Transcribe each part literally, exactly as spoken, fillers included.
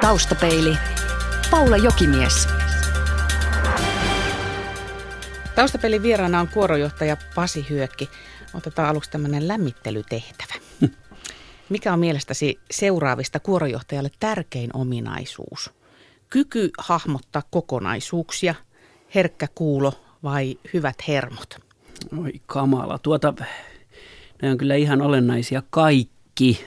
Taustapeili. Paula Jokimies. Taustapeilin vieraana on kuorojohtaja Pasi Hyökki. Otetaan aluksi tämmöinen lämmittelytehtävä. Mikä on mielestäsi seuraavista kuorojohtajalle tärkein ominaisuus? Kyky hahmottaa kokonaisuuksia, herkkä kuulo vai hyvät hermot? Oi kamala. Tuota, ne on kyllä ihan olennaisia kaikki.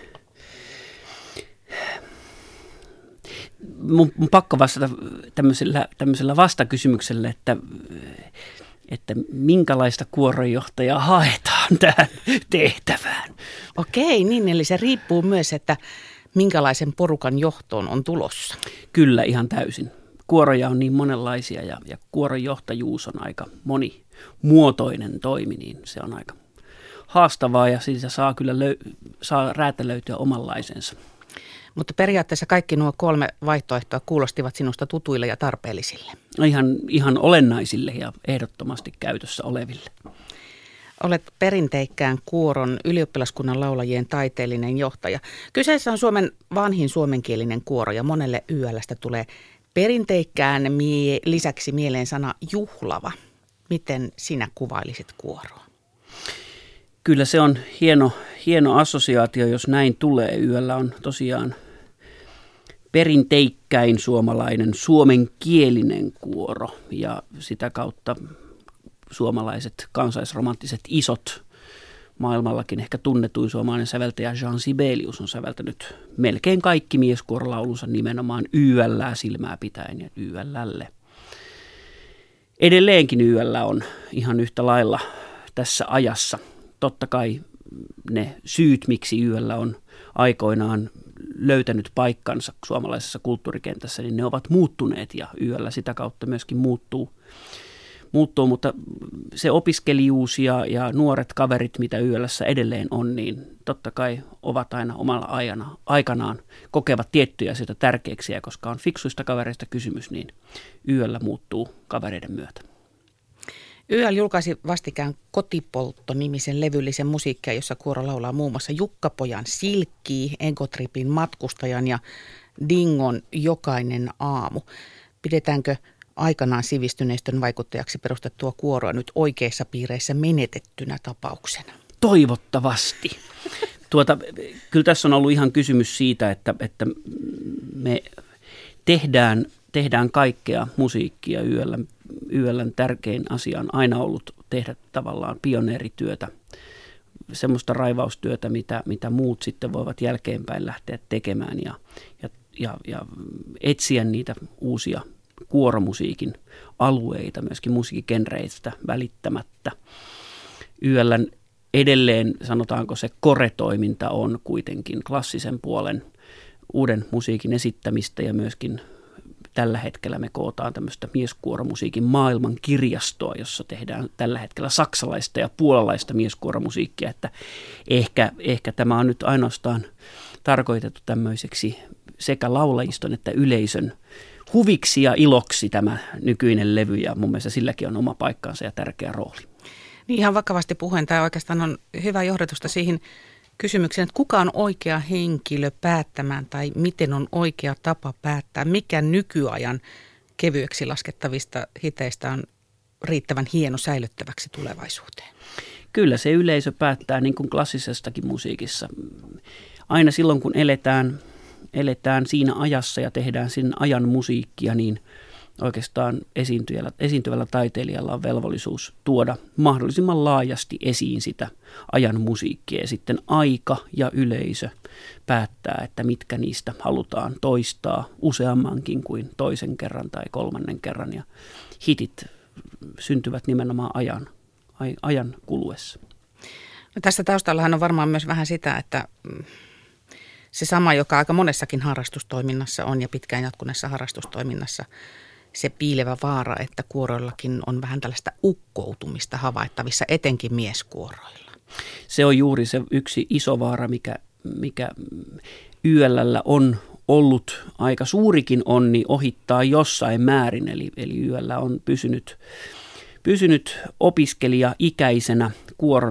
Mun, mun pakko vastata tämmöisellä, tämmöisellä vastakysymyksellä, että, että minkälaista kuoronjohtajaa haetaan tähän tehtävään. Okei, niin eli se riippuu myös, että minkälaisen porukan johtoon on tulossa. Kyllä, ihan täysin. Kuoroja on niin monenlaisia ja, ja kuoronjohtajuus on aika monimuotoinen toimi, niin se on aika haastavaa ja siitä saa kyllä löy- saa räätälöityä omanlaisensa. Mutta periaatteessa kaikki nuo kolme vaihtoehtoa kuulostivat sinusta tutuille ja tarpeellisille. Ihan, ihan olennaisille ja ehdottomasti käytössä oleville. Olet perinteikkään kuoron ylioppilaskunnan laulajien taiteellinen johtaja. Kyseessä on Suomen vanhin suomenkielinen kuoro ja monelle Y L:stä tulee perinteikkään mie- lisäksi mieleen sana juhlava. Miten sinä kuvailisit kuoroa? Kyllä se on hieno, hieno assosiaatio, jos näin tulee. Y L on tosiaan perinteikkäin suomalainen suomenkielinen kuoro ja sitä kautta suomalaiset kansaisromanttiset isot, maailmallakin ehkä tunnetuin suomalainen säveltäjä Jean Sibelius on säveltänyt melkein kaikki mieskuorolaulunsa nimenomaan Y L:ää silmää pitäen ja Y L:lle. Edelleenkin Y L on ihan yhtä lailla tässä ajassa. Totta kai ne syyt, miksi Y L on aikoinaan löytänyt paikkansa suomalaisessa kulttuurikentässä, niin ne ovat muuttuneet ja Y L sitä kautta myöskin muuttuu. muuttuu mutta se opiskelijuus ja, ja nuoret kaverit, mitä Y L:ssä edelleen on, niin totta kai ovat aina omalla ajana, aikanaan kokevat tiettyjä asioita tärkeiksi, ja koska on fiksuista kavereista kysymys, niin Y L muuttuu kavereiden myötä. Y L julkaisi vastikään Kotipoltto-nimisen levyllisen musiikkia, jossa kuoro laulaa muun muassa Jukka-pojan Silkkii, Egotripin Matkustajan ja Dingon Jokainen aamu. Pidetäänkö aikanaan sivistyneistön vaikuttajaksi perustettua kuoroa nyt oikeissa piireissä menetettynä tapauksena? Toivottavasti. Tuota, kyllä tässä on ollut ihan kysymys siitä, että, että me tehdään, tehdään kaikkea musiikkia. Y L, Y L:n tärkein asia on aina ollut tehdä tavallaan pioneerityötä, semmoista raivaustyötä, mitä, mitä muut sitten voivat jälkeenpäin lähteä tekemään ja, ja, ja, ja etsiä niitä uusia kuoromusiikin alueita, myöskin musiikkigenreistä välittämättä. Y L:n edelleen, sanotaanko se koretoiminta on kuitenkin klassisen puolen uuden musiikin esittämistä ja myöskin tällä hetkellä me kootaan tämmöistä mieskuoromusiikin maailman kirjastoa, jossa tehdään tällä hetkellä saksalaista ja puolalaista mieskuoromusiikkia, että ehkä, ehkä tämä on nyt ainoastaan tarkoitettu tämmöiseksi sekä laulajiston että yleisön huviksi ja iloksi tämä nykyinen levy, ja mun mielestä silläkin on oma paikkansa ja tärkeä rooli. Niin ihan vakavasti puhuen, tämä oikeastaan on hyvä johdatusta siihen kysymykseen, että kuka on oikea henkilö päättämään tai miten on oikea tapa päättää, mikä nykyajan kevyeksi laskettavista hiteistä on riittävän hieno säilyttäväksi tulevaisuuteen. Kyllä se yleisö päättää niin kuin klassisestakin musiikissa. Aina silloin kun eletään eletään siinä ajassa ja tehdään sen ajan musiikkia, niin oikeastaan esiintyvällä, esiintyvällä taiteilijalla on velvollisuus tuoda mahdollisimman laajasti esiin sitä ajan musiikkia. Ja sitten aika ja yleisö päättää, että mitkä niistä halutaan toistaa useammankin kuin toisen kerran tai kolmannen kerran. Ja hitit syntyvät nimenomaan ajan, ajan kuluessa. No tässä taustallahan on varmaan myös vähän sitä, että se sama, joka aika monessakin harrastustoiminnassa on ja pitkään jatkuneessa harrastustoiminnassa, se piilevä vaara, että kuoroillakin on vähän tällaista ukkoutumista havaittavissa, etenkin mieskuoroilla. Se on juuri se yksi iso vaara, mikä, mikä Y L:llä on ollut aika suurikin onni ohittaa jossain määrin, eli, eli Y L on pysynyt, pysynyt opiskelija-ikäisenä kuorona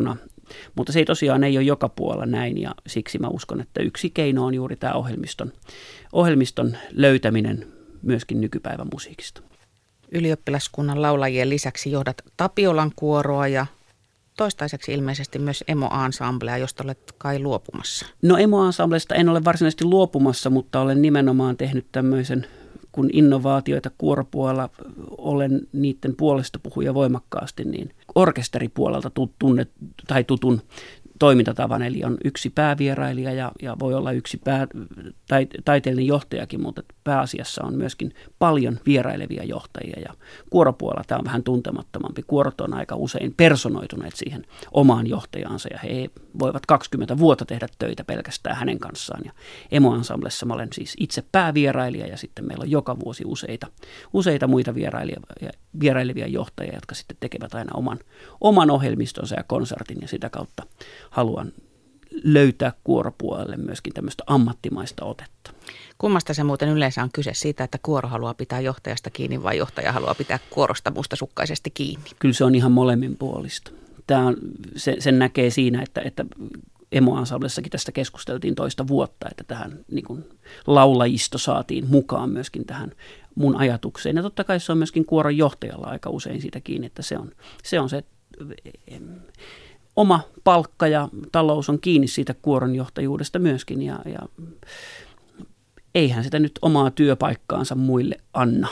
mutta se ei tosiaan ei ole joka puolella näin ja siksi mä uskon, että yksi keino on juuri tämä ohjelmiston, ohjelmiston löytäminen myöskin nykypäivän musiikista. Ylioppilaskunnan laulajien lisäksi johdat Tapiolan kuoroa ja toistaiseksi ilmeisesti myös emo-ensemblea, josta olet kai luopumassa. No emo-ensemblesta en ole varsinaisesti luopumassa, mutta olen nimenomaan tehnyt tämmöisen, kun innovaatioita kuoropuolella olen niiden puolesta puhuja voimakkaasti, niin orkesteripuolelta tunnet, tai tutun toimintatavan, eli on yksi päävierailija ja, ja voi olla yksi pää, tai, taiteellinen johtajakin, mutta pääasiassa on myöskin paljon vierailevia johtajia ja kuoropuolella tämä on vähän tuntemattomampi. Kuorot on aika usein personoituneet siihen omaan johtajaansa ja he voivat kaksikymmentä vuotta tehdä töitä pelkästään hänen kanssaan ja emo-ensemblessa mä olen siis itse päävierailija ja sitten meillä on joka vuosi useita, useita muita vierailevia johtajia, jotka sitten tekevät aina oman, oman ohjelmistonsa ja konsertin ja sitä kautta haluan löytää kuoropuolelle myöskin tämmöistä ammattimaista otetta. Kummasta se muuten yleensä on kyse siitä, että kuoro haluaa pitää johtajasta kiinni vai johtaja haluaa pitää kuorosta mustasukkaisesti kiinni? Kyllä se on ihan molemminpuolista. Tämä on, se, sen näkee siinä, että, että emo-ensemblessakin tästä keskusteltiin toista vuotta, että tähän niin kuin laulajisto saatiin mukaan myöskin tähän mun ajatukseen. Ja totta kai se on myöskin kuoron johtajalla aika usein siitä kiinni, että se on se, on se oma palkka ja talous on kiinni siitä kuoronjohtajuudesta myöskin ja, ja eihän sitä nyt omaa työpaikkaansa muille anna.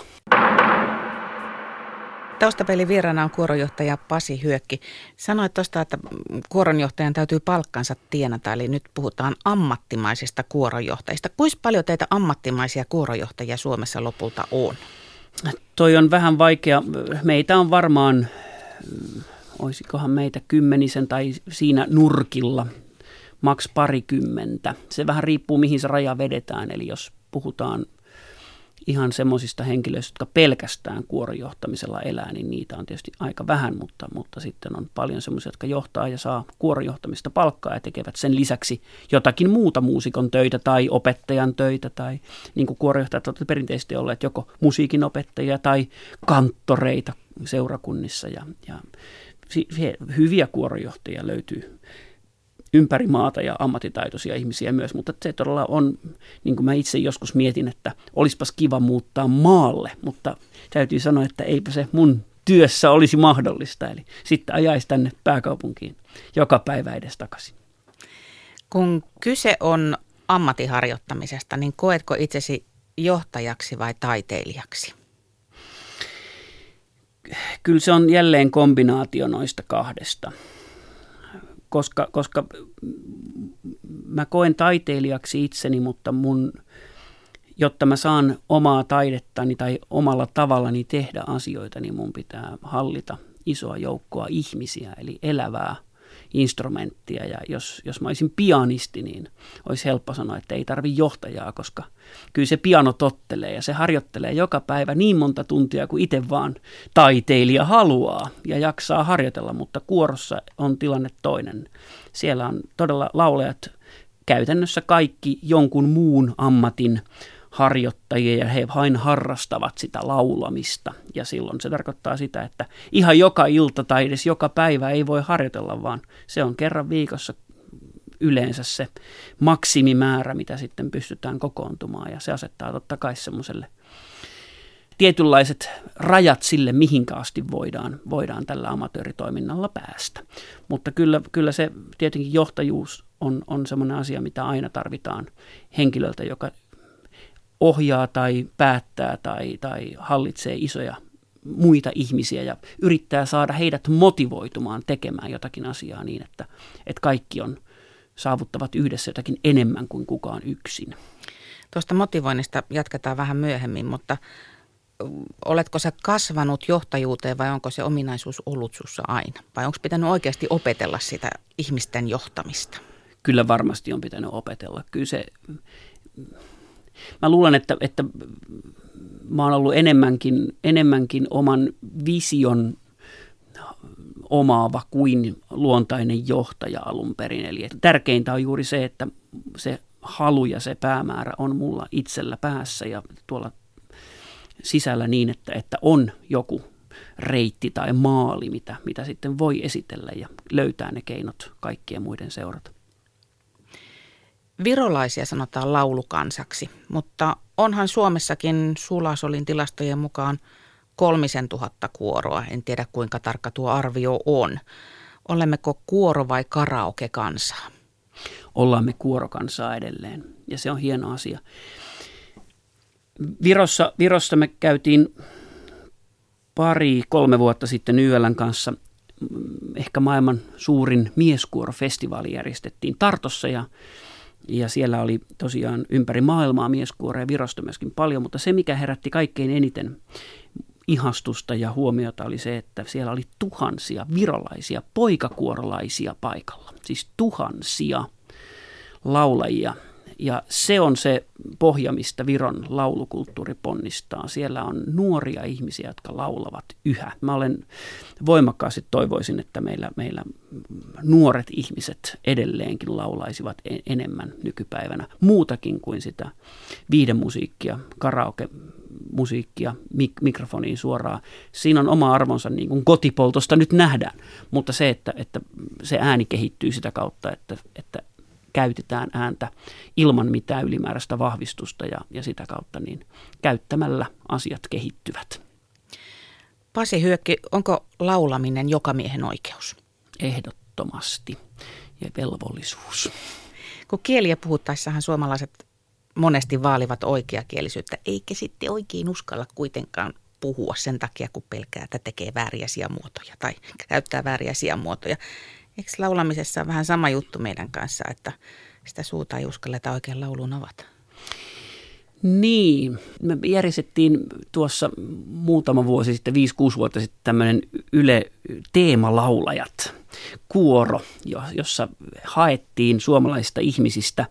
Taustapelin vieraana on kuoronjohtaja Pasi Hyökki. Sanoit tuosta, että kuoronjohtajan täytyy palkkansa tienata, eli nyt puhutaan ammattimaisista kuoronjohtajista. Kuinka paljon teitä ammattimaisia kuoronjohtajia Suomessa lopulta on? Toi on vähän vaikea. Meitä on varmaan, olisikohan meitä kymmenisen tai siinä nurkilla, maks parikymmentä. Se vähän riippuu, mihin se raja vedetään, eli jos puhutaan ihan semmoisista henkilöistä, jotka pelkästään kuoronjohtamisella elää, niin niitä on tietysti aika vähän, mutta, mutta sitten on paljon semmoisia, jotka johtaa ja saa kuoronjohtamista palkkaa ja tekevät sen lisäksi jotakin muuta muusikon töitä tai opettajan töitä tai niin kuin kuoronjohtajat ovat perinteisesti olleet joko musiikinopettajia tai kanttoreita seurakunnissa ja, ja hyviä kuoronjohtajia löytyy ympäri maata ja ammattitaitoisia ihmisiä myös, mutta se todella on, niin kuin mä itse joskus mietin, että olisipas kiva muuttaa maalle, mutta täytyy sanoa, että eipä se mun työssä olisi mahdollista, eli sitten ajaisi tänne pääkaupunkiin joka päivä edes takaisin. Kun kyse on ammatinharjoittamisesta, niin koetko itsesi johtajaksi vai taiteilijaksi? Kyllä se on jälleen kombinaatio noista kahdesta. Koska, koska mä koen taiteilijaksi itseni, mutta mun, jotta mä saan omaa taidettani tai omalla tavallani tehdä asioita, niin mun pitää hallita isoa joukkoa ihmisiä, eli elävää instrumenttia. Ja jos, jos mä olisin pianisti, niin olisi helppo sanoa, että ei tarvi johtajaa, koska kyllä se piano tottelee ja se harjoittelee joka päivä niin monta tuntia kuin itse vaan taiteilija haluaa ja jaksaa harjoitella, mutta kuorossa on tilanne toinen. Siellä on todella laulajat käytännössä kaikki jonkun muun ammatin harjoittajia ja he vain harrastavat sitä laulamista ja silloin se tarkoittaa sitä, että ihan joka ilta tai edes joka päivä ei voi harjoitella, vaan se on kerran viikossa yleensä se maksimimäärä, mitä sitten pystytään kokoontumaan ja se asettaa totta kai semmoiselle tietynlaiset rajat sille, mihinkä asti voidaan, voidaan tällä amatööritoiminnalla päästä. Mutta kyllä, kyllä se tietenkin johtajuus on, on semmoinen asia, mitä aina tarvitaan henkilöltä, joka ohjaa tai päättää tai, tai hallitsee isoja muita ihmisiä ja yrittää saada heidät motivoitumaan tekemään jotakin asiaa niin, että, että kaikki on, saavuttavat yhdessä jotakin enemmän kuin kukaan yksin. Tuosta motivoinnista jatketaan vähän myöhemmin, mutta oletko sä kasvanut johtajuuteen vai onko se ominaisuus ollut sussa aina? Vai onko pitänyt oikeasti opetella sitä ihmisten johtamista? Kyllä varmasti on pitänyt opetella. Kyllä se... Mä luulen, että, että mä oon ollut enemmänkin, enemmänkin oman vision omaava kuin luontainen johtaja alun perin. Eli tärkeintä on juuri se, että se halu ja se päämäärä on mulla itsellä päässä ja tuolla sisällä niin, että, että on joku reitti tai maali, mitä, mitä sitten voi esitellä ja löytää ne keinot kaikkien muiden seurata. Virolaisia sanotaan laulukansaksi, mutta onhan Suomessakin Sulasolin tilastojen mukaan kolmisen tuhatta kuoroa. En tiedä kuinka tarkka tuo arvio on. Olemmeko kuoro- vai karaoke-kansaa? Ollaan me kuorokansaa edelleen ja se on hieno asia. Virossa, Virossa me käytiin pari, kolme vuotta sitten Y L:n kanssa. Ehkä maailman suurin mieskuorofestivaali järjestettiin Tartossa ja, ja siellä oli tosiaan ympäri maailmaa mieskuoroja, Virosta myöskin paljon, mutta se mikä herätti kaikkein eniten ihastusta ja huomiota oli se, että siellä oli tuhansia virolaisia poikakuorolaisia paikalla, siis tuhansia laulajia. Ja se on se pohja, mistä Viron laulukulttuuri ponnistaa. Siellä on nuoria ihmisiä, jotka laulavat yhä. Mä olen voimakkaasti toivoisin, että meillä, meillä nuoret ihmiset edelleenkin laulaisivat enemmän nykypäivänä. Muutakin kuin sitä viihdemusiikkia, karaoke-musiikkia, mik- mikrofoniin suoraan. Siinä on oma arvonsa, niin kuin kotipoltosta nyt nähdään. Mutta se, että, että se ääni kehittyy sitä kautta, että, että käytetään ääntä ilman mitään ylimääräistä vahvistusta ja, ja sitä kautta niin käyttämällä asiat kehittyvät. Pasi Hyökki, onko laulaminen jokamiehen oikeus? Ehdottomasti ja velvollisuus. Kun kieliä puhuttaessahan suomalaiset monesti vaalivat oikeakielisyyttä, eikä sitten oikein uskalla kuitenkaan puhua sen takia, kun pelkää, että tekee vääriä sijamuotoja tai käyttää vääriä sijamuotoja. Eikö laulamisessa ole vähän sama juttu meidän kanssa, että sitä suuta ei uskalleta oikein lauluun avata? Niin, me järjestettiin tuossa muutama vuosi sitten, viisi kuusi vuotta sitten tämmöinen Yle Teemalaulajat kuoro, jossa haettiin suomalaisista ihmisistä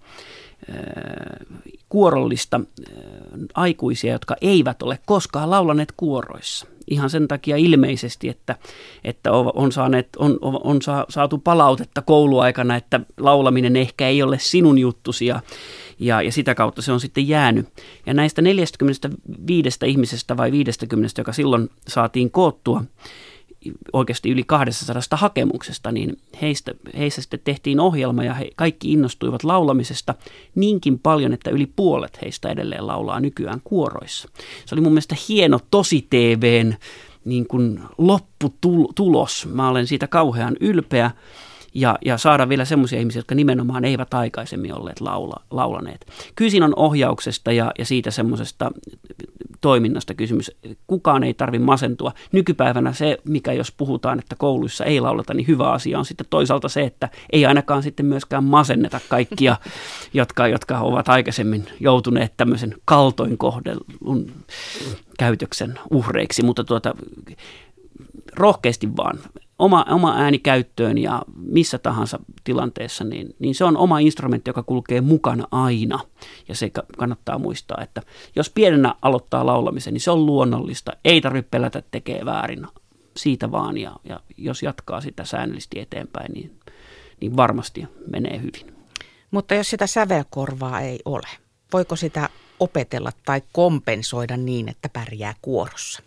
kuorollista aikuisia, jotka eivät ole koskaan laulaneet kuoroissa. Ihan sen takia ilmeisesti, että, että on, saaneet, on, on saatu palautetta kouluaikana, että laulaminen ehkä ei ole sinun juttusi ja, ja, ja sitä kautta se on sitten jäänyt. Ja näistä neljästäkymmenestäviidestä ihmisestä vai viidestäkymmenestä, joka silloin saatiin koottua oikeasti yli kaksisataa hakemuksesta, niin heistä, heistä sitten tehtiin ohjelma ja he kaikki innostuivat laulamisesta niinkin paljon, että yli puolet heistä edelleen laulaa nykyään kuoroissa. Se oli mun mielestä hieno tosi-T V:n niin kuin lopputulos. Mä olen siitä kauhean ylpeä ja, ja saada vielä semmoisia ihmisiä, jotka nimenomaan eivät aikaisemmin olleet laula, laulaneet. Kyllä siinä on ohjauksesta ja, ja siitä semmoisesta toiminnasta kysymys. Kukaan ei tarvitse masentua. Nykypäivänä se, mikä jos puhutaan, että kouluissa ei lauleta, niin hyvä asia on sitten toisaalta se, että ei ainakaan sitten myöskään masenneta kaikkia, jotka, jotka ovat aikaisemmin joutuneet tämmöisen kaltoinkohdellun käytöksen uhreiksi. Mutta tuota, rohkeasti vaan oma, oma ääni käyttöön ja missä tahansa tilanteessa, niin, niin se on oma instrumentti, joka kulkee mukana aina. Ja se kannattaa muistaa, että jos pienenä aloittaa laulamisen, niin se on luonnollista. Ei tarvitse pelätä, että tekee väärin siitä vaan. Ja, ja jos jatkaa sitä säännöllisesti eteenpäin, niin, niin varmasti menee hyvin. Mutta jos sitä sävelkorvaa ei ole, voiko sitä opetella tai kompensoida niin, että pärjää kuorossa?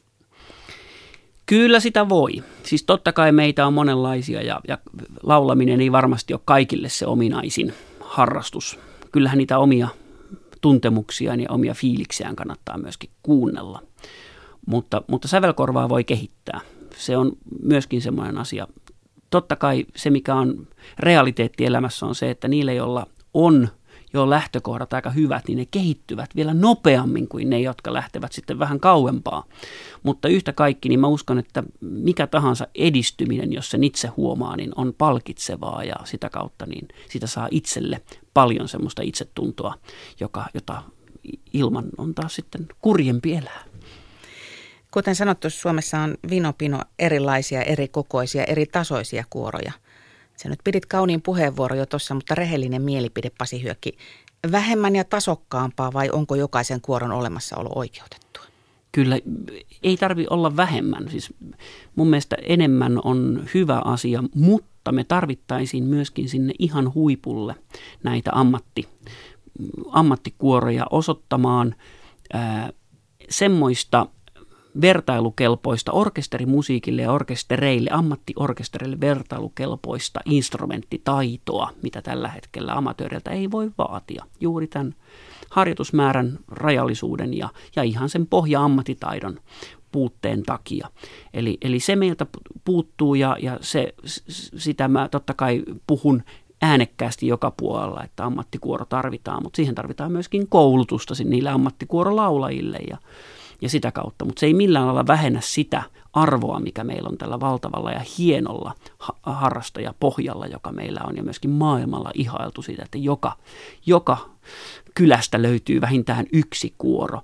Kyllä sitä voi. Siis totta kai meitä on monenlaisia ja, ja laulaminen ei varmasti ole kaikille se ominaisin harrastus. Kyllähän niitä omia tuntemuksiaan ja omia fiiliksiään kannattaa myöskin kuunnella. Mutta, mutta sävelkorvaa voi kehittää. Se on myöskin semmoinen asia. Totta kai se, mikä on realiteetti elämässä, on se, että niille, joilla on jo lähtökohdat aika hyvät, niin ne kehittyvät vielä nopeammin kuin ne, jotka lähtevät sitten vähän kauempaa. Mutta yhtä kaikki, niin mä uskon, että mikä tahansa edistyminen, jos sen itse huomaa, niin on palkitsevaa ja sitä kautta niin sitä saa itselle paljon semmoista itsetuntoa, joka, jota ilman on taas sitten kurjempi elää. Kuten sanottu, Suomessa on vinopino erilaisia, eri kokoisia, eri tasoisia kuoroja. Sä nyt pidit kauniin puheenvuoro jo tuossa, mutta rehellinen mielipide, Pasi Hyökki. Vähemmän ja tasokkaampaa vai onko jokaisen kuoron olemassaolo oikeutettua? Kyllä, ei tarvitse olla vähemmän. Siis mun mielestä enemmän on hyvä asia, mutta me tarvittaisiin myöskin sinne ihan huipulle näitä ammatti, ammattikuoroja osoittamaan ää, semmoista vertailukelpoista orkesterimusiikille ja orkestereille, ammattiorkestereille vertailukelpoista instrumenttitaitoa, mitä tällä hetkellä amatööriltä ei voi vaatia. Juuri tämän harjoitusmäärän rajallisuuden ja, ja ihan sen pohja-ammattitaidon puutteen takia. Eli, eli se meiltä puuttuu ja, ja se, sitä mä totta kai puhun äänekkäästi joka puolella, että ammattikuoro tarvitaan, mutta siihen tarvitaan myöskin koulutusta niille ammattikuorolaulajille ja, ja sitä kautta. Mutta se ei millään lailla vähennä sitä arvoa, mikä meillä on tällä valtavalla ja hienolla ha- harrastajapohjalla, joka meillä on, ja myöskin maailmalla ihailtu siitä, että joka, joka kylästä löytyy vähintään yksi kuoro.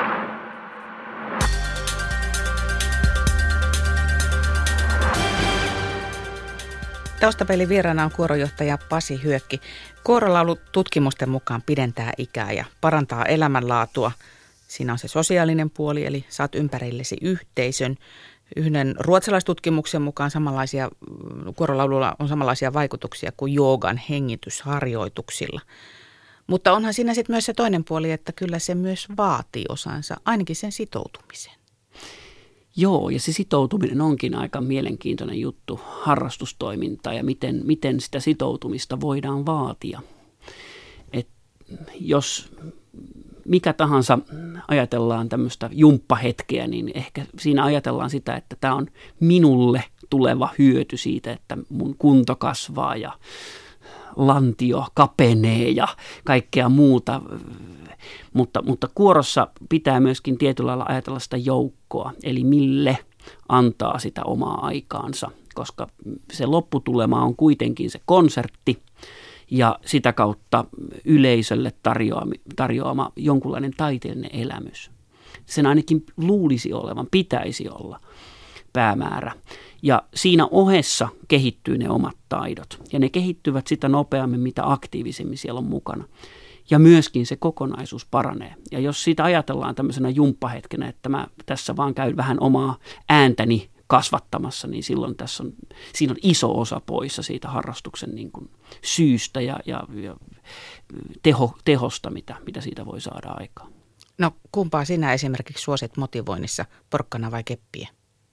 Taustapelin vieraana on kuorojohtaja Pasi Hyökki. Kuorolaulu tutkimusten mukaan pidentää ikää ja parantaa elämänlaatua. Siinä on se sosiaalinen puoli, eli saat ympärillesi yhteisön. Yhden ruotsalaistutkimuksen mukaan samanlaisia, kuorolaululla on samanlaisia vaikutuksia kuin joogan hengitysharjoituksilla. Mutta onhan siinä sitten myös se toinen puoli, että kyllä se myös vaatii osansa, ainakin sen sitoutumisen. Joo, ja se sitoutuminen onkin aika mielenkiintoinen juttu, harrastustoiminta ja miten, miten sitä sitoutumista voidaan vaatia. Et jos mikä tahansa ajatellaan tämmöistä jumppahetkeä, niin ehkä siinä ajatellaan sitä, että tämä on minulle tuleva hyöty siitä, että mun kunto kasvaa ja lantio kapenee ja kaikkea muuta. Mutta, mutta kuorossa pitää myöskin tietyllä lailla ajatella sitä joukkoa, eli mille antaa sitä omaa aikaansa, koska se lopputulema on kuitenkin se konsertti ja sitä kautta yleisölle tarjoama, tarjoama jonkunlainen taiteellinen elämys. Sen ainakin luulisi olevan, pitäisi olla päämäärä. Ja siinä ohessa kehittyy ne omat taidot ja ne kehittyvät sitä nopeammin, mitä aktiivisemmin siellä on mukana. Ja myöskin se kokonaisuus paranee. Ja jos sitä ajatellaan tämmöisenä jumppahetkenä, että mä tässä vaan käyn vähän omaa ääntäni kasvattamassa, niin silloin tässä on, siinä on iso osa poissa siitä harrastuksen niin kuin syystä ja, ja, ja teho, tehosta, mitä, mitä siitä voi saada aikaan. No kumpaa sinä esimerkiksi suosit motivoinnissa, porkkana vai keppiä?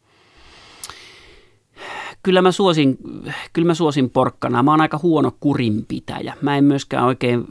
Kyllä mä suosin, kyllä mä suosin porkkanaa. Mä oon aika huono kurinpitäjä. Mä en myöskään oikein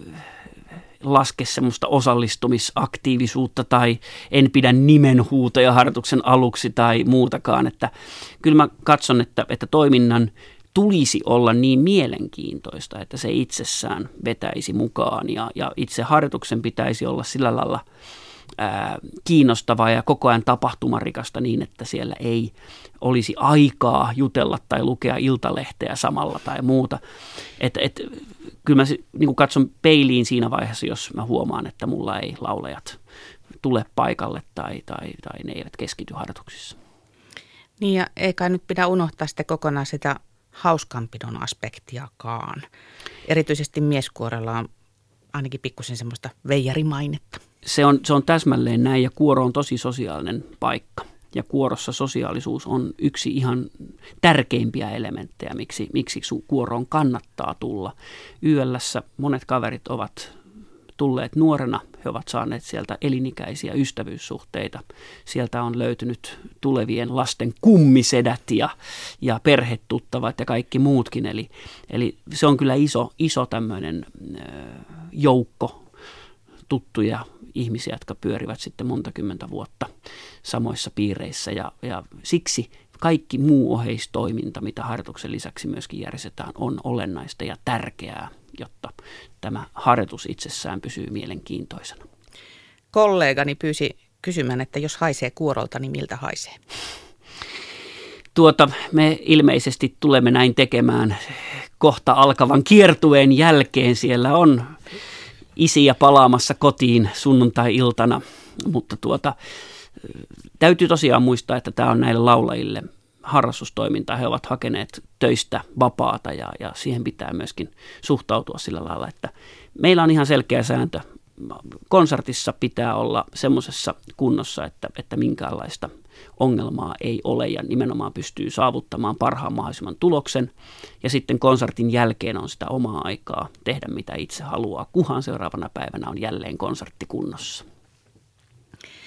laske semmoista osallistumisaktiivisuutta tai en pidä nimenhuutoja harjoituksen aluksi tai muutakaan. Että kyllä mä katson, että, että toiminnan tulisi olla niin mielenkiintoista, että se itsessään vetäisi mukaan ja, ja itse harjoituksen pitäisi olla sillä lailla ää, kiinnostavaa ja koko ajan tapahtumarikasta niin, että siellä ei olisi aikaa jutella tai lukea iltalehteä samalla tai muuta. Et, et, kyllä mä niin kuin katson peiliin siinä vaiheessa, jos mä huomaan, että mulla ei laulajat tule paikalle tai, tai, tai ne eivät keskity harjoituksissa. Niin ja ei kai nyt pidä unohtaa sitten kokonaan sitä hauskanpidon aspektiakaan. Erityisesti mieskuorella on ainakin pikkusen semmoista veijarimainetta. Se on, se on täsmälleen näin ja kuoro on tosi sosiaalinen paikka. Ja kuorossa sosiaalisuus on yksi ihan tärkeimpiä elementtejä, miksi, miksi kuoroon kannattaa tulla. Y L:ssä monet kaverit ovat tulleet nuorena, he ovat saaneet sieltä elinikäisiä ystävyyssuhteita. Sieltä on löytynyt tulevien lasten kummisedät ja, ja perhetuttavat ja kaikki muutkin. Eli, eli se on kyllä iso, iso tämmöinen joukko tuttuja ihmisiä, jotka pyörivät sitten monta kymmentä vuotta samoissa piireissä ja, ja siksi kaikki muu oheistoiminta, mitä harjoituksen lisäksi myöskin järjestetään, on olennaista ja tärkeää, jotta tämä harjoitus itsessään pysyy mielenkiintoisena. Kollegani pyysi kysymään, että jos haisee kuorolta, niin miltä haisee? Tuota, me ilmeisesti tulemme näin tekemään kohta alkavan kiertueen jälkeen. Siellä on isiä palaamassa kotiin sunnuntai-iltana, mutta tuota, täytyy tosiaan muistaa, että tämä on näille laulajille harrastustoimintaa. He ovat hakeneet töistä vapaata ja, ja siihen pitää myöskin suhtautua sillä lailla, että meillä on ihan selkeä sääntö. Konsertissa pitää olla semmoisessa kunnossa, että, että minkäänlaista ongelmaa ei ole ja nimenomaan pystyy saavuttamaan parhaan mahdollisimman tuloksen. Ja sitten konsertin jälkeen on sitä omaa aikaa tehdä mitä itse haluaa, kunhan seuraavana päivänä on jälleen konsertti kunnossa.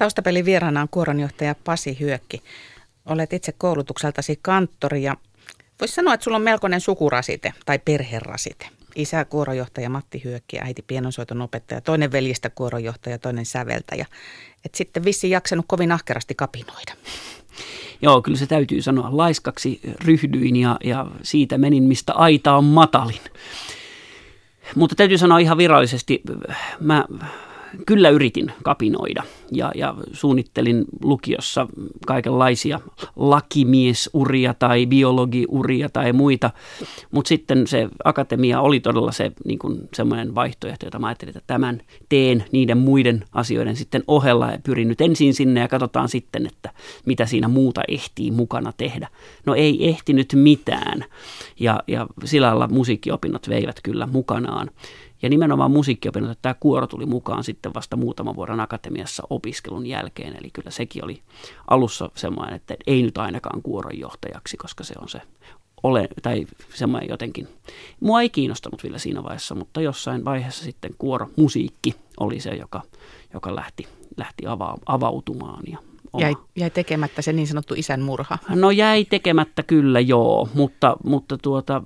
Taustapelin vieraana on kuoronjohtaja Pasi Hyökki. Olet itse koulutukseltasi kanttori ja voisi sanoa, että sulla on melkoinen sukurasite tai perherasite. Isä kuoronjohtaja Matti Hyökki ja äiti pienonsoiton opettaja, toinen veljistä kuoronjohtaja, toinen säveltäjä. Et sitten vissiin jaksanut kovin ahkerasti kapinoida. Joo, kyllä se täytyy sanoa. Laiskaksi ryhdyin ja, ja siitä menin, mistä aita on matalin. Mutta täytyy sanoa ihan virallisesti, mä kyllä yritin kapinoida ja, ja suunnittelin lukiossa kaikenlaisia lakimiesuria tai biologiuria tai muita, mutta sitten se akatemia oli todella se niin kuin semmoinen vaihtoehto, jota mä ajattelin, että tämän teen niiden muiden asioiden sitten ohella ja pyrin nyt ensin sinne ja katsotaan sitten, että mitä siinä muuta ehtii mukana tehdä. No ei ehtinyt mitään ja, ja sillä lailla musiikkiopinnot veivät kyllä mukanaan. Ja nimenomaan musiikkiopinnot, että tämä kuoro tuli mukaan sitten vasta muutaman vuoden akatemiassa opiskelun jälkeen. Eli kyllä sekin oli alussa semmoinen, että ei nyt ainakaan kuoronjohtajaksi, koska se on se ole, tai semmoinen jotenkin. Mua ei kiinnostanut vielä siinä vaiheessa, mutta jossain vaiheessa sitten kuoromusiikki oli se, joka, joka lähti, lähti ava, avautumaan. Ja jäi, jäi tekemättä se niin sanottu isän murha? No jäi tekemättä kyllä joo, mutta, mutta tuota...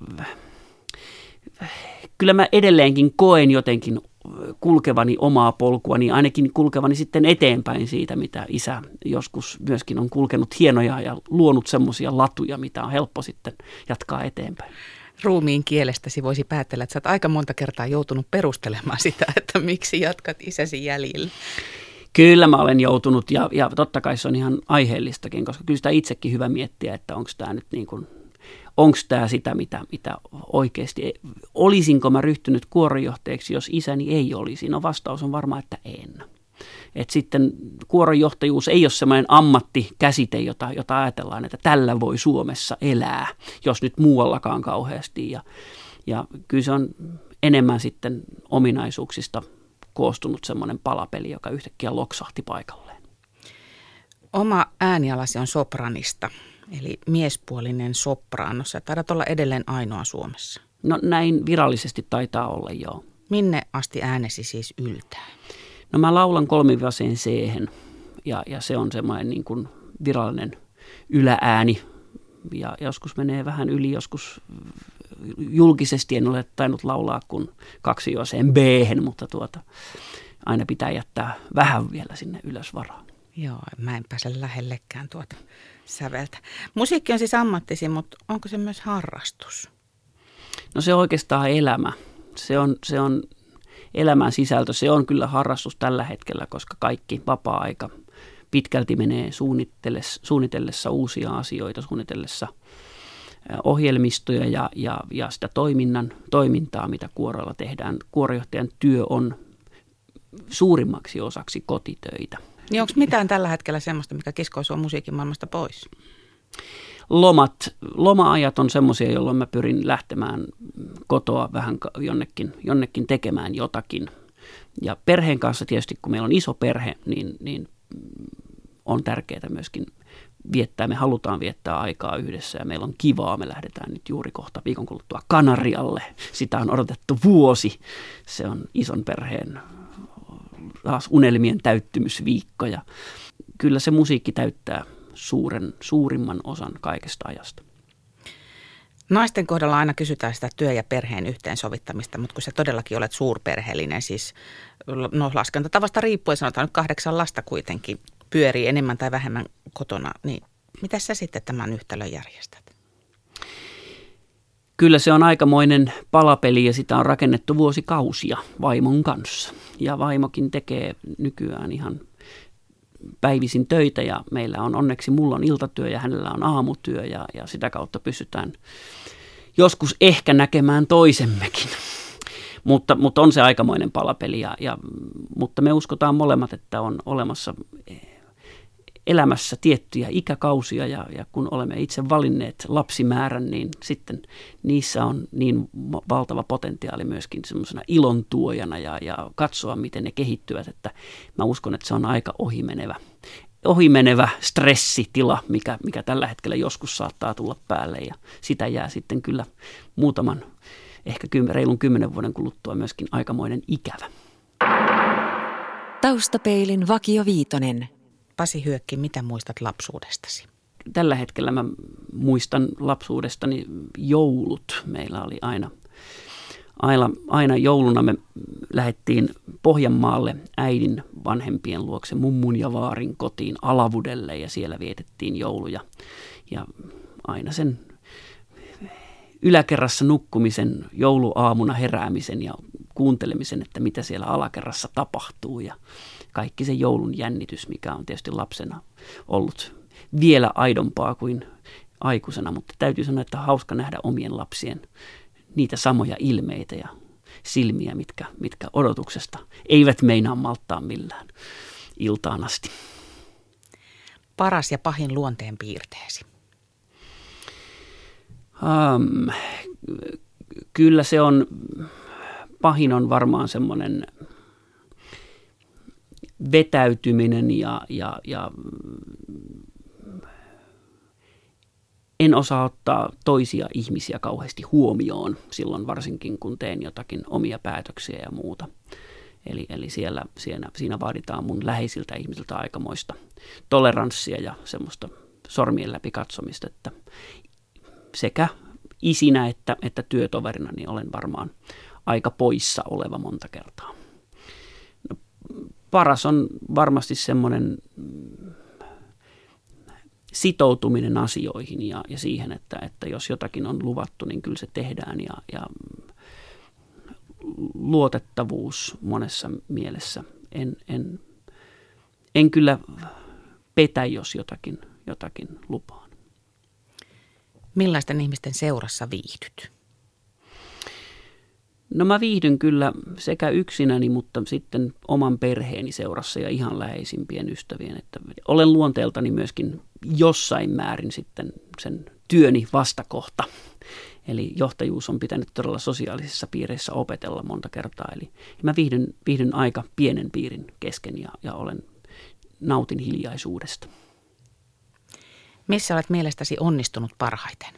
Kyllä mä edelleenkin koen jotenkin kulkevani omaa polkuani, ainakin kulkevani sitten eteenpäin siitä, mitä isä joskus myöskin on kulkenut hienoja ja luonut semmoisia latuja, mitä on helppo sitten jatkaa eteenpäin. Ruumiin kielestäsi voisi päätellä, että sä oot aika monta kertaa joutunut perustelemaan sitä, että miksi jatkat isäsi jäljillä. Kyllä mä olen joutunut ja, ja totta kai se on ihan aiheellistakin, koska kyllä sitä itsekin hyvä miettiä, että onko tämä nyt niin kuin... Onko tämä sitä, mitä, mitä oikeasti, olisinko mä ryhtynyt kuoronjohtajaksi, jos isäni ei olisi? No vastaus on varmaan, että en. Et sitten kuoronjohtajuus ei ole sellainen ammattikäsite, jota, jota ajatellaan, että tällä voi Suomessa elää, jos nyt muuallakaan kauheasti. Ja, ja kyllä se on enemmän sitten ominaisuuksista koostunut semmoinen palapeli, joka yhtäkkiä loksahti paikalleen. Oma äänialasi on sopranista. Eli miespuolinen sopraano. Sä taidat olla edelleen ainoa Suomessa. No näin virallisesti taitaa olla, joo. Minne asti äänesi siis yltää? No mä laulan kolmivaseen C-hen ja, ja se on semmoinen niin kuin virallinen yläääni. Ja joskus menee vähän yli, joskus julkisesti en ole tainnut laulaa kuin kaksivaseen B-hen, mutta tuota, aina pitää jättää vähän vielä sinne ylösvaraan. Joo, mä en pääse lähellekään tuota säveltä. Musiikki on siis ammattisi, mutta onko se myös harrastus? No se on oikeastaan elämä. Se on, se on elämän sisältö. Se on kyllä harrastus tällä hetkellä, koska kaikki vapaa-aika pitkälti menee suunnitellessa, suunnitellessa uusia asioita, suunnitellessa ohjelmistoja ja, ja, ja sitä toiminnan, toimintaa, mitä kuoroilla tehdään. Kuorojohtajan työ on suurimmaksi osaksi kotitöitä. Niin onko mitään tällä hetkellä semmoista, mikä kiskoo sua musiikin maailmasta pois? Lomat, loma-ajat on semmoisia, jolloin mä pyrin lähtemään kotoa vähän jonnekin, jonnekin tekemään jotakin. Ja perheen kanssa tietysti, kun meillä on iso perhe, niin, niin on tärkeää myöskin viettää. Me halutaan viettää aikaa yhdessä ja meillä on kivaa. Me lähdetään nyt juuri kohta viikon kuluttua Kanarialle. Sitä on odotettu vuosi. Se on ison perheen taas unelmien täyttymysviikko ja kyllä se musiikki täyttää suuren, suurimman osan kaikesta ajasta. Naisten kohdalla aina kysytään sitä työ- ja perheen yhteensovittamista, mutta kun sä todellakin olet suurperheellinen, siis no laskentatavasta riippuen sanotaan nyt kahdeksan lasta kuitenkin pyörii enemmän tai vähemmän kotona, niin mitä sä sitten tämän yhtälön järjestät? Kyllä se on aikamoinen palapeli ja sitä on rakennettu vuosikausia vaimon kanssa. Ja vaimokin tekee nykyään ihan päivisin töitä ja meillä on onneksi, mulla on iltatyö ja hänellä on aamutyö ja, ja sitä kautta pystytään joskus ehkä näkemään toisemmekin. Mutta, mutta on se aikamoinen palapeli, ja, ja, mutta me uskotaan molemmat, että on olemassa elämässä tiettyjä ikäkausia ja, ja kun olemme itse valinneet lapsimäärän, niin sitten niissä on niin valtava potentiaali myöskin semmoisena ilontuojana ja, ja katsoa, miten ne kehittyvät, että mä uskon, että se on aika ohimenevä, ohimenevä stressitila, mikä, mikä tällä hetkellä joskus saattaa tulla päälle ja sitä jää sitten kyllä muutaman, ehkä kym, reilun kymmenen vuoden kuluttua myöskin aikamoinen ikävä. Taustapeilin Vakio Viitonen. Pasi Hyökki, mitä muistat lapsuudestasi? Tällä hetkellä mä muistan lapsuudestani joulut. Meillä oli aina, aina, aina jouluna me lähdettiin Pohjanmaalle äidin vanhempien luokse, mummun ja vaarin kotiin Alavudelle ja siellä vietettiin jouluja. Ja aina sen yläkerrassa nukkumisen, jouluaamuna heräämisen ja kuuntelemisen, että mitä siellä alakerrassa tapahtuu ja kaikki se joulun jännitys, mikä on tietysti lapsena ollut vielä aidompaa kuin aikuisena, mutta täytyy sanoa, että on hauska nähdä omien lapsien niitä samoja ilmeitä ja silmiä, mitkä, mitkä odotuksesta eivät meinaa malttaa millään iltaan asti. Paras ja pahin luonteen piirteesi? Um, kyllä se on, pahin on varmaan semmoinen vetäytyminen ja, ja, ja en osaa ottaa toisia ihmisiä kauheasti huomioon silloin varsinkin, kun teen jotakin omia päätöksiä ja muuta. Eli, eli siellä, siinä, siinä vaaditaan mun läheisiltä ihmisiltä aikamoista toleranssia ja semmoista sormien läpi katsomista, että sekä isinä että, että työtoverina niin olen varmaan aika poissa oleva monta kertaa. No, paras on varmasti semmoinen sitoutuminen asioihin ja, ja siihen, että, että jos jotakin on luvattu, niin kyllä se tehdään ja, ja luotettavuus monessa mielessä. En, en, en kyllä petä, jos jotakin, jotakin lupaan. Millaisten ihmisten seurassa viihdyt? No mä viihdyn kyllä sekä yksinäni, mutta sitten oman perheeni seurassa ja ihan läheisimpien ystävien. Että olen luonteeltani myöskin jossain määrin sitten sen työni vastakohta. Eli johtajuus on pitänyt todella sosiaalisissa piireissä opetella monta kertaa. Eli mä viihdyn, viihdyn aika pienen piirin kesken ja, ja olen, nautin hiljaisuudesta. Missä olet mielestäsi onnistunut parhaiten?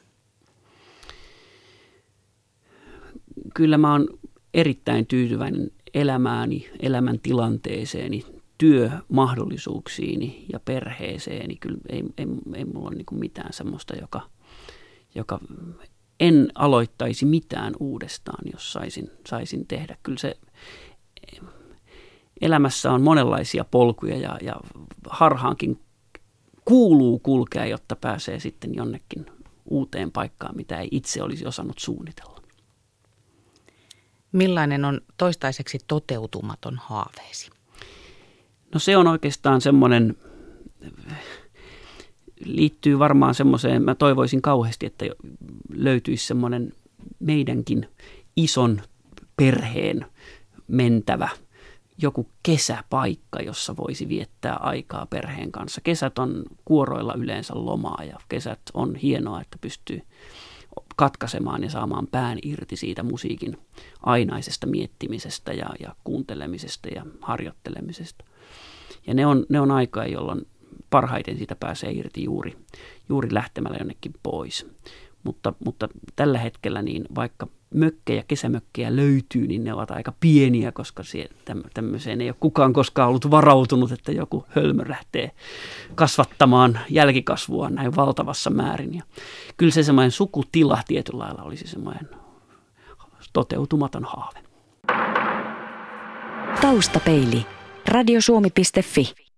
Kyllä mä oon erittäin tyytyväinen elämääni, elämäntilanteeseeni, työmahdollisuuksiini ja perheeseeni. Kyllä ei, ei, ei mulla ole niin kuin mitään semmoista, joka, joka en aloittaisi mitään uudestaan, jos saisin, saisin tehdä. Kyllä se elämässä on monenlaisia polkuja ja, ja harhaankin kuuluu kulkea, jotta pääsee sitten jonnekin uuteen paikkaan, mitä ei itse olisi osannut suunnitella. Millainen on toistaiseksi toteutumaton haaveesi? No se on oikeastaan semmoinen, liittyy varmaan semmoiseen, mä toivoisin kauheasti, että löytyisi semmoinen meidänkin ison perheen mentävä joku kesäpaikka, jossa voisi viettää aikaa perheen kanssa. Kesät on kuoroilla yleensä lomaa ja kesät on hienoa, että pystyy katkaisemaan ja saamaan pään irti siitä musiikin ainaisesta miettimisestä ja, ja kuuntelemisesta ja harjoittelemisesta. Ja ne on, ne on aikaa, jolloin parhaiten siitä pääsee irti juuri, juuri lähtemällä jonnekin pois. Mutta, mutta tällä hetkellä niin vaikka mökkejä, kesämökkejä löytyy, niin ne ovat aika pieniä, koska tämmöiseen ei ole kukaan koskaan ollut varautunut, että joku hölmö lähtee kasvattamaan jälkikasvua näin valtavassa määrin. Ja kyllä se semmoinen sukutila tietyllä lailla olisi semmoinen toteutumaton haave. Taustapeili. radiosuomi piste fi